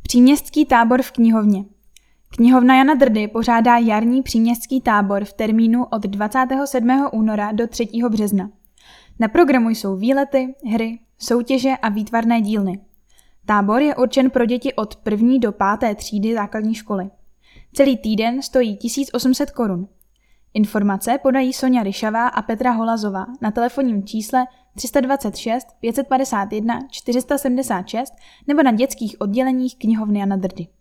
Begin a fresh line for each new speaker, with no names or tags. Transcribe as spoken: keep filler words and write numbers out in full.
Příměstský tábor v knihovně. Knihovna Jana Drdy pořádá jarní příměstský tábor v termínu od dvacátého sedmého února do třetího března. Na programu jsou výlety, hry, soutěže a výtvarné dílny. Tábor je určen pro děti od první do páté třídy základní školy. Celý týden stojí tisíc osm set korun. Informace podají Soňa Ryšavá a Petra Holazová na telefonním čísle tři sta dvacet šest pět set padesát jedna čtyři sta sedmdesát šest nebo na dětských odděleních knihovny Jana Drdy.